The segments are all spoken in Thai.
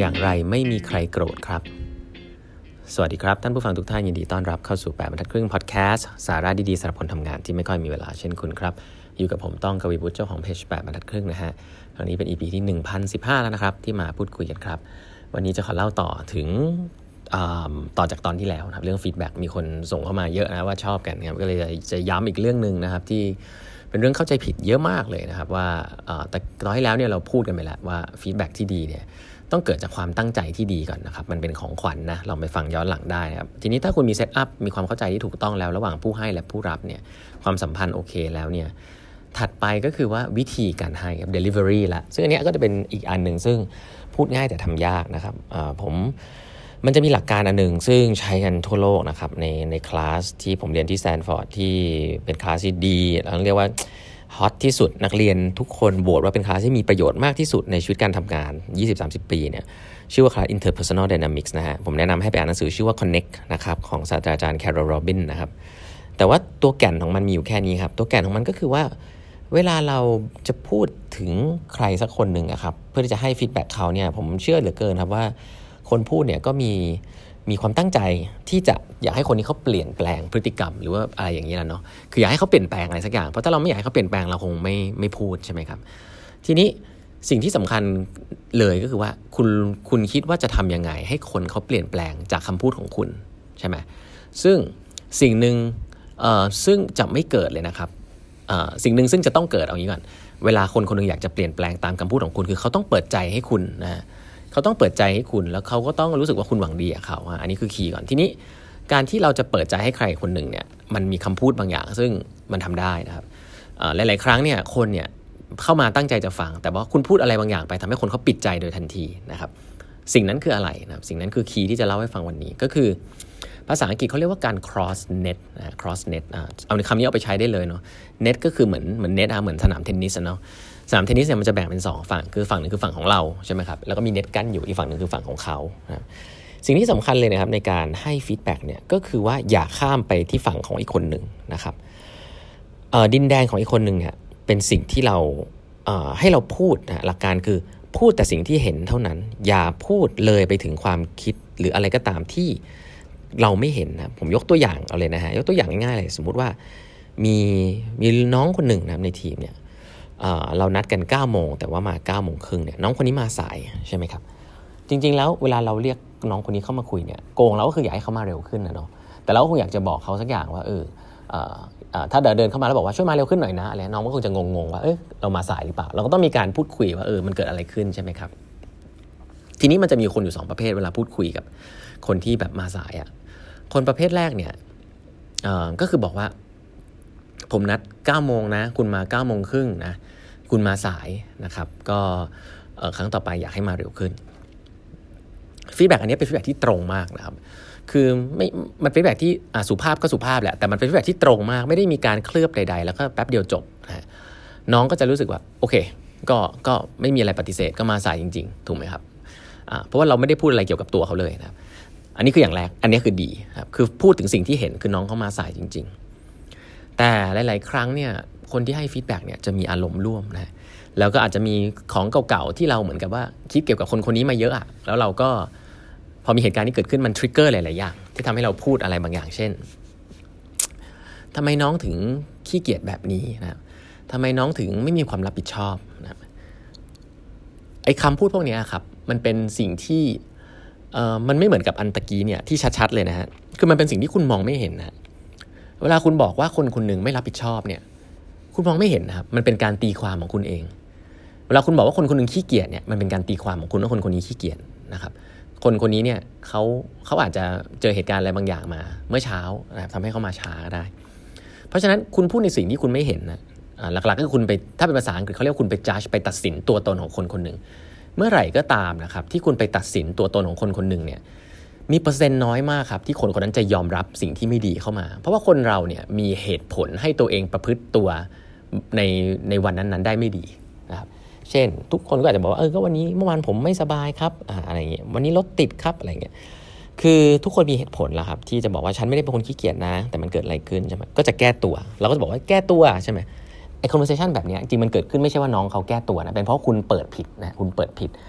อย่างไรไม่มีใครโกรธครับสวัสดีครับท่านผู้ฟังทุกท่านยินดีต้อนรับเข้าสู่8บรรทัดครึ่งพอดแคสต์สาระดีๆสำหรับคนทำงานที่ไม่ค่อยมีเวลาเช่นคุณครับอยู่กับผมต้องกวีวุฒิเจ้าของเพจ8บรรทัดครึ่งนะฮะครั้งนี้เป็น EP ที่1015แล้วนะครับที่มาพูดคุยกันครับวันนี้จะขอเล่าต่อถึงต่อจากตอนที่แล้วนะครับเรื่องฟีดแบ็กมีคนส่งเข้ามาเยอะนะว่าชอบกันครับก็เลยจะย้ำอีกเรื่องนึงนะครับที่เป็นเรื่องเข้าใจผิดเยอะมากเลยนะครับว่าแต่ตอนที่แล้วเนี่ยเราพูดกันไปแล้วว่าฟีดแบ็กที่ดีเนี่ยต้องเกิดจากความตั้งใจที่ดีก่อนนะครับมันเป็นของขวัญนะลองไปฟังย้อนหลังได้นะครับทีนี้ถ้าคุณมีเซตอัพมีความเข้าใจที่ถูกต้องแล้วระหว่างผู้ให้และผู้รับเนี่ยความสัมพันธ์โอเคแล้วเนี่ยถัดไปก็คือว่าวิธีการให้ครับ delivery ละซึ่งอันนี้ก็จะเป็นอีกอันนึงซึ่งพูดง่ายแต่ทำยากนะครับมันจะมีหลักการอันนึงซึ่งใช้กันทั่วโลกนะครับในคลาสที่ผมเรียนที่สแตนฟอร์ดที่เป็นคลาสที่ดีเราเรียกว่าฮอตที่สุดนักเรียนทุกคนโหวตว่าเป็นคลาสที่มีประโยชน์มากที่สุดในชีวิตการทำงาน 20-30 ปีเนี่ยชื่อว่าคลาส Interpersonal Dynamics นะฮะผมแนะนำให้ไปอ่านหนังสือชื่อว่า Connect นะครับของศาสตราจารย์ Carol Robbins นะครับแต่ว่าตัวแก่นของมันมีอยู่แค่นี้ครับตัวแก่นของมันก็คือว่าเวลาเราจะพูดถึงใครสักคนหนึ่งครับเพื่อที่จะให้ฟีดแบ็กเขาเนี่ยผมเชื่อเหลือเกินครับว่าคนพูดเนี่ยก็มีความตั้งใจที่จะอยากให้คนนี้เขาเปลี่ยนแปลงพฤติกรรมหรือว่าอะไรอย่างนี้แหละเนาะคืออยากให้เขาเปลี่ยนแปลงอะไรสักอย่างเพราะถ้าเราไม่อยากให้เขาเปลี่ยนแปลงเราคงไม่พูดใช่ไหมครับทีนี้สิ่งที่สำคัญเลยก็คือว่าคุณคิดว่าจะทำยังไงให้คนเขาเปลี่ยนแปลงจากคำพูดของคุณใช่ไหมซึ่งสิ่งหนึ่งซึ่งจะไม่เกิดเลยนะครับสิ่งหนึ่งซึ่งจะต้องเกิดเอางี้ก่อนเวลาคนคนนึงอยากจะเปลี่ยนแปลงตามคำพูดของคุณคือเขาต้องเปิดใจให้คุณนะเขาต้องเปิดใจให้คุณแล้วเขาก็ต้องรู้สึกว่าคุณหวังดีกับเขาอันนี้คือคีย์ก่อนทีนี้การที่เราจะเปิดใจให้ใครคนหนึ่งเนี่ยมันมีคำพูดบางอย่างซึ่งมันทำได้นะครับหลายๆครั้งเนี่ยคนเนี่ยเข้ามาตั้งใจจะฟังแต่ว่าคุณพูดอะไรบางอย่างไปทำให้คนเขาปิดใจโดยทันทีนะครับสิ่งนั้นคืออะไรนะครับสิ่งนั้นคือคีย์ที่จะเล่าให้ฟังวันนี้ก็คือภาษาอังกฤษเขาเรียกว่าการ cross net cross net เอาในคำนี้เอาไปใช้ได้เลยเนาะ net ก็คือเหมือน net เหมือนสนามเทนนิสเนาะสนามเทนนิสเนี่ยมันจะแบ่งเป็น2ฝั่งคือฝั่งนึงคือฝั่งของเราใช่ไหมครับแล้วก็มีเน็ตกั้นอยู่อีกฝั่งนึงคือฝั่งของเขาสิ่งที่สำคัญเลยนะครับในการให้ฟีดแบ็กเนี่ยก็คือว่าอย่าข้ามไปที่ฝั่งของอีกคนหนึ่งนะครับดินแดนของอีกคนหนึ่งเนี่ยเป็นสิ่งที่เราให้เราพูดนะหลักการคือพูดแต่สิ่งที่เห็นเท่านั้นอย่าพูดเลยไปถึงความคิดหรืออะไรก็ตามที่เราไม่เห็นนะผมยกตัวอย่างเอาเลยนะฮะยกตัวอย่างง่ายๆเลยสมมุติว่ามีน้องคนหนึ่งนะในทีมเนี่ยเรานัดกัน 9 โมงแต่ว่ามา 9 โมงครึ่งเนี่ยน้องคนนี้มาสายใช่ไหมครับจริงๆแล้วเวลาเราเรียกน้องคนนี้เข้ามาคุยเนี่ยโกงเราก็คืออยากให้เขามาเร็วขึ้นนะเนาะแต่เราก็คงอยากจะบอกเขาสักอย่างว่าถ้าเดินเข้ามาแล้วบอกว่าช่วยมาเร็วขึ้นหน่อยนะอะไรน้องก็คงจะงงๆว่าเรามาสายหรือเปล่าเราก็ต้องมีการพูดคุยว่ามันเกิดอะไรขึ้นใช่ไหมครับทีนี้มันจะมีคนอยู่2ประเภทเวลาพูดคุยกับคนที่แบบมาสายคนประเภทแรกเนี่ยก็คือบอกว่าผมนัด 9 โมงนะคุณมา 9 โมงครึ่งนะคุณมาสายนะครับก็ครั้งต่อไปอยากให้มาเร็วขึ้นฟีดแบ็กอันนี้เป็นฟีดแบ็กที่ตรงมากนะครับคือมันเป็นฟีดแบ็กที่สุภาพก็สุภาพแหละแต่มันเป็นฟีดแบ็กที่ตรงมากไม่ได้มีการเคลือบใดๆแล้วก็แป๊บเดียวจบนะน้องก็จะรู้สึกว่าโอเคก็ไม่มีอะไรปฏิเสธก็มาสายจริงๆถูกไหมครับเพราะว่าเราไม่ได้พูดอะไรเกี่ยวกับตัวเขาเลยนะครับอันนี้คืออย่างแรกอันนี้คือดีครับคือพูดถึงสิ่งที่เห็นคือน้องเขามาสายจริงๆแต่หลายๆครั้งเนี่ยคนที่ให้ฟีดแบ็กเนี่ยจะมีอารมณ์ร่วมนะแล้วก็อาจจะมีของเก่าๆที่เราเหมือนกับว่าคิดเกี่ยวกับคนนี้มาเยอะแล้วเราก็พอมีเหตุการณ์ที่เกิดขึ้นมันทริกเกอร์หลายๆอย่างที่ทำให้เราพูดอะไรบางอย่างเช่นทำไมน้องถึงขี้เกียจแบบนี้นะครับทำไมน้องถึงไม่มีความรับผิดชอบนะครับไอ้คำพูดพวกนี้ครับมันเป็นสิ่งที่มันไม่เหมือนกับอันตะกี้เนี่ยที่ชัดๆเลยนะฮะคือมันเป็นสิ่งที่คุณมองไม่เห็นนะเวลาคุณบอกว่าคนหนึ่งไม่รับผิดชอบเนี่ยคุณมองไม่เห็นนะครับมันเป็นการตีความของคุณเองเวลาคุณบอกว่าคนหนึ่งขี้เกียจเนี่ยมันเป็นการตีความของคุณว่าคนนี้ขี้เกียจนะครับคนนี้เนี่ยเขาอาจจะเจอเหตุการณ์อะไรบางอย่างมาเมื่อเช้านะครับทำให้เขามาช้าก็ได้เพราะฉะนั้นคุณพูดในสิ่งที่คุณไม่เห็นนะหลักๆก็คือคุณไปถ้าเป็นภาษาอังกฤษเขาเรียกว่าคุณไป judge ไปตัดสินตัวตนของคนหนึ่งเมื่อไหร่ก็ตามนะครับที่คุณไปตัดสินตัวตนของคนหนึ่งเนี่ยมีเปอร์เซ็นต์น้อยมากครับที่คนนั้นจะยอมรับสิ่งที่ไม่ดีเข้ามาเพราะว่าคนเราเนี่ยมีเหตุผลให้ตัวเองประพฤติตัวในวันนั้นๆได้ไม่ดีนะครับเช่นทุกคนก็อาจจะบอกว่าก็วันนี้เมื่อวานผมไม่สบายครับอะไรอย่างเงี้ยวันนี้รถติดครับอะไรเงี้ยคือทุกคนมีเหตุผลแล้วครับที่จะบอกว่าฉันไม่ได้เป็นคนขี้เกียจนะแต่มันเกิดอะไรขึ้นใช่ไหมก็จะแก้ตัวเราก็จะบอกว่าแก้ตัวใช่ไหมไอ้ conversation แบบนี้จริงมันเกิดขึ้นไม่ใช่ว่าน้องเขาแก้ตัวนะเป็นเพราะคุณเปิดผิดนะคุณเปิดผิด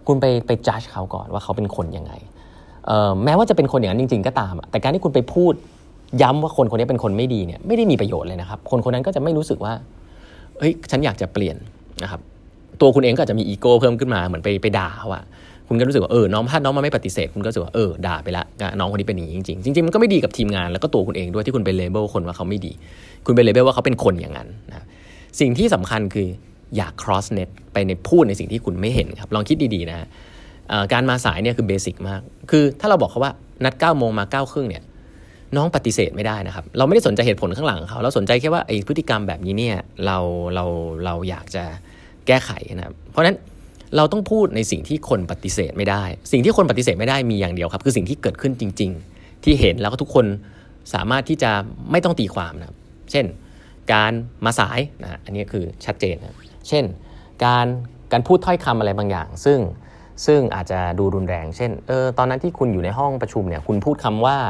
คุณไปจัดเขาก่อนว่าเขาเป็นคนยังไงแม้ว่าจะเป็นคนอย่างนั้นจริงๆก็ตามแต่การที่คุณไปพูดย้ำว่าคนนี้เป็นคนไม่ดีเนี่ยไม่ได้มีประโยชน์เลยนะครับคนนั้นก็จะไม่รู้สึกว่าเฮ้ยฉันอยากจะเปลี่ยนนะครับตัวคุณเองก็อาจจะมีอีโก้เพิ่มขึ้นมาเหมือนไปด่าเขาอะคุณก็รู้สึกว่าน้องถ้าน้องมาไม่ปฏิเสธคุณก็รู้สึกว่าด่าไปละน้องคนนี้เป็นอย่างนี้จริงๆมันก็ไม่ดีกับทีมงานแล้วก็ตัวคุณเองด้วยที่คุณไปเลเบลคนว่าเขาไม่ดีคุณไปเลเบลว่าเขาเป็นคนอย่างนั้นนะสิ่งที่สำคัญคืออย่า cross net ไปในพูดในสิ่งที่คุณไม่เห็นครับลองคิดดีๆนะการมาสายเนี่ยคือเบสิกมากคือถ้าเราบอกเขาว่านัด 9:00 นมา 9:30 นเนี่ยน้องปฏิเสธไม่ได้นะครับเราไม่ได้สนใจเหตุผลข้างหลังเขาเราสนใจแค่ว่าไอ้พฤติกรรมแบบนี้เนี่ยเราอยากจะแก้ไขนะครับเพราะฉะนั้นเราต้องพูดในสิ่งที่คนปฏิเสธไม่ได้สิ่งที่คนปฏิเสธไม่ได้มีอย่างเดียวครับคือสิ่งที่เกิดขึ้นจริงๆที่เห็นแล้วก็ทุกคนสามารถที่จะไม่ต้องตีความนะครับเช่นการมาสายนะอันนี้คือชัดเจนนะเช่นการพูดถ้อยคำอะไรบางอย่างซึ่งอาจจะดูรุนแรงเช่นตอนนั้นที่คุณอยู่ในห้องประชุมเนี่ยคุณพูดคำว่า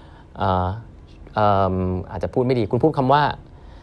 อาจจะพูดไม่ดีคุณพูดคำว่า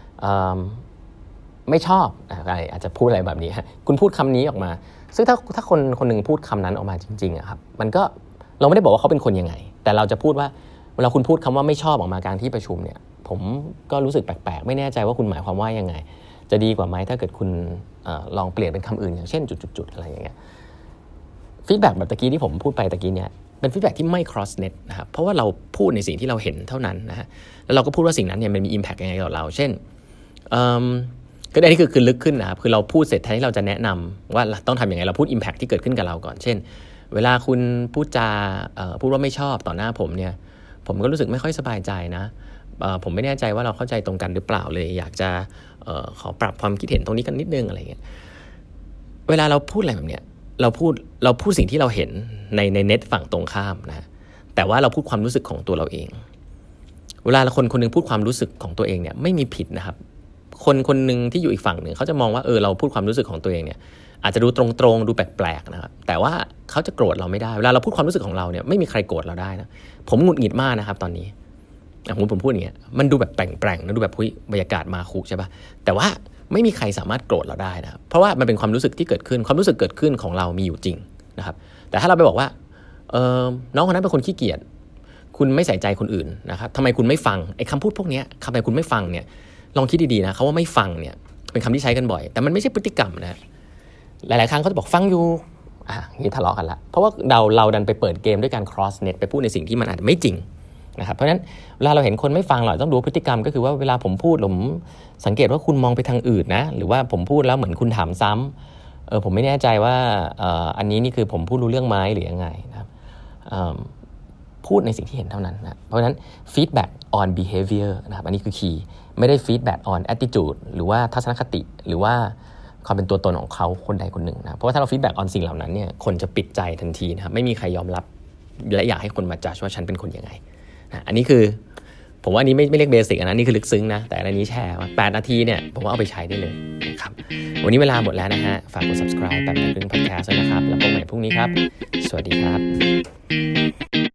ไม่ชอบอะไรอาจจะพูดอะไรแบบนี้คุณพูดคำนี้ออกมาซึ่งถ้าคนหนึ่งพูดคำนั้นออกมาจริงๆอะครับมันก็เราไม่ได้บอกว่าเขาเป็นคนยังไงแต่เราจะพูดว่าเวลาคุณพูดคำว่าไม่ชอบออกมากลางที่ประชุมเนี่ยผมก็รู้สึกแปลกๆไม่แน่ใจว่าคุณหมายความว่ายังไงจะดีกว่าไหมถ้าเกิดคุณลองเปลี่ยนเป็นคำอื่นอย่างเช่นจุดๆอะไรอย่างเงี้ยฟีดแบ็กแบบตะกี้ที่ผมพูดไปตะกี้เนี่ยเป็นฟีดแบ็กที่ไม่ cross net นะครับเพราะว่าเราพูดในสิ่งที่เราเห็นเท่านั้นนะฮะแล้วเราก็พูดว่าสิ่งนั้นเนี่ยมันมี impact ยังไงกับเราเช่นก็อันนี้คือลึกขึ้นนะครับคือเราพูดเสร็จแทนที่เราจะแนะนำว่าต้องทำยังไงเราพูด impact ที่เกิดขึ้นกับเราก่อนเช่นเวลาคุณพูดจาพูดว่าไม่ชอบต่อหน้าผมเนี่ยผมก็รู้สึกไม่ค่อยสบายใจนะผมไม่แน่ใจว่าเราเข้าใจตรงกันหรือเปล่าเลยอยากจะขอปรับความคิดเห็นตรงนี้กันนิดนึงอะไรเงี้ยเวลาเราพูดอะไรแบบเนี้ยเราพูดสิ่งที่เราเห็นในเน็ตฝั่งตรงข้ามนะแต่ว่าเราพูดความรู้สึกของตัวเราเองเวลาคนนึงพูดความรู้สึกของตัวเองเนี่ยไม่มีผิดนะครับคนนึงที่อยู่อีกฝั่งหนึ่งเขาจะมองว่าเราพูดความรู้สึกของตัวเองเนี่ยอาจจะดูตรงๆดูแปลกๆนะครับแต่ว่าเขาจะโกรธเราไม่ได้เวลาเราพูดความรู้สึกของเราเนี่ยไม่มีใครโกรธเราได้นะผมหงุดหงิดมากนะครับตอนนี้ผมพูดอย่างเงี้ยมันดูแบบแปลงๆนะดูแบบบรรยากาศมาคุใช่ป่ะแต่ว่าไม่มีใครสามารถโกรธเราได้นะครับเพราะว่ามันเป็นความรู้สึกที่เกิดขึ้นความรู้สึกเกิดขึ้นของเรามีอยู่จริงนะครับแต่ถ้าเราไปบอกว่าน้องคนนั้นเป็นคนขี้เกียจคุณไม่ใส่ใจคนอื่นนะครับทำไมคุณไม่ฟังไอ้คำพูดพวกนี้ทำไมคุณไม่ฟังเนี่ยลองคิดดีๆนะเขาว่าไม่ฟังเนี่ยเป็นคำที่ใช้กันบ่อยแต่มันไม่ใช่พฤติกรรมนะหลายๆครั้งเขาจะบอกฟังอยู่นี่ทะเลาะกันละเพราะว่าเราดันไปเปิดเกมด้วยการ cross net ไปพูดในสิ่งที่มันอาจจะไม่จริงนะครับเพราะฉะนั้นเวลาเราเห็นคนไม่ฟังเราต้องดูพฤติกรรมก็คือว่าเวลาผมพูดผมสังเกตว่าคุณมองไปทางอื่นนะหรือว่าผมพูดแล้วเหมือนคุณถามซ้ำผมไม่แน่ใจว่าอันนี้นี่คือผมพูดรู้เรื่องไหมหรือยังไงนะครับพูดในสิ่งที่เห็นเท่านั้นนะเพราะฉะนั้น feedback on behavior นะครับอันนี้คือ key ไม่ได้ feedback on attitude หรือว่าทัศนคติหรือว่าความเป็นตัวตนของเขาคนใดคนหนึ่งนะเพราะว่าถ้าเรา feedback on สิ่งเหล่านั้นเนี่ยคนจะปิดใจทันทีนะครับไม่มีใครยอมรับและอยากให้คนมาจัดว่าฉันเป็นคนยังไงนะอันนี้คือผมว่านี้ไม่เรียกเบสิกนะนี่คือลึกซึ้งนะแต่อันนี้แชร์ว่า8 นาทีเนี่ยผมว่าเอาไปใช้ได้เลยนะครับวันนี้เวลาหมดแล้วนะฮะฝากกด subscribe 8 นาที podcast ด้วยนะครับแล้วพบกันใหม่พรุ่งนี้ครับสวัสดีครับ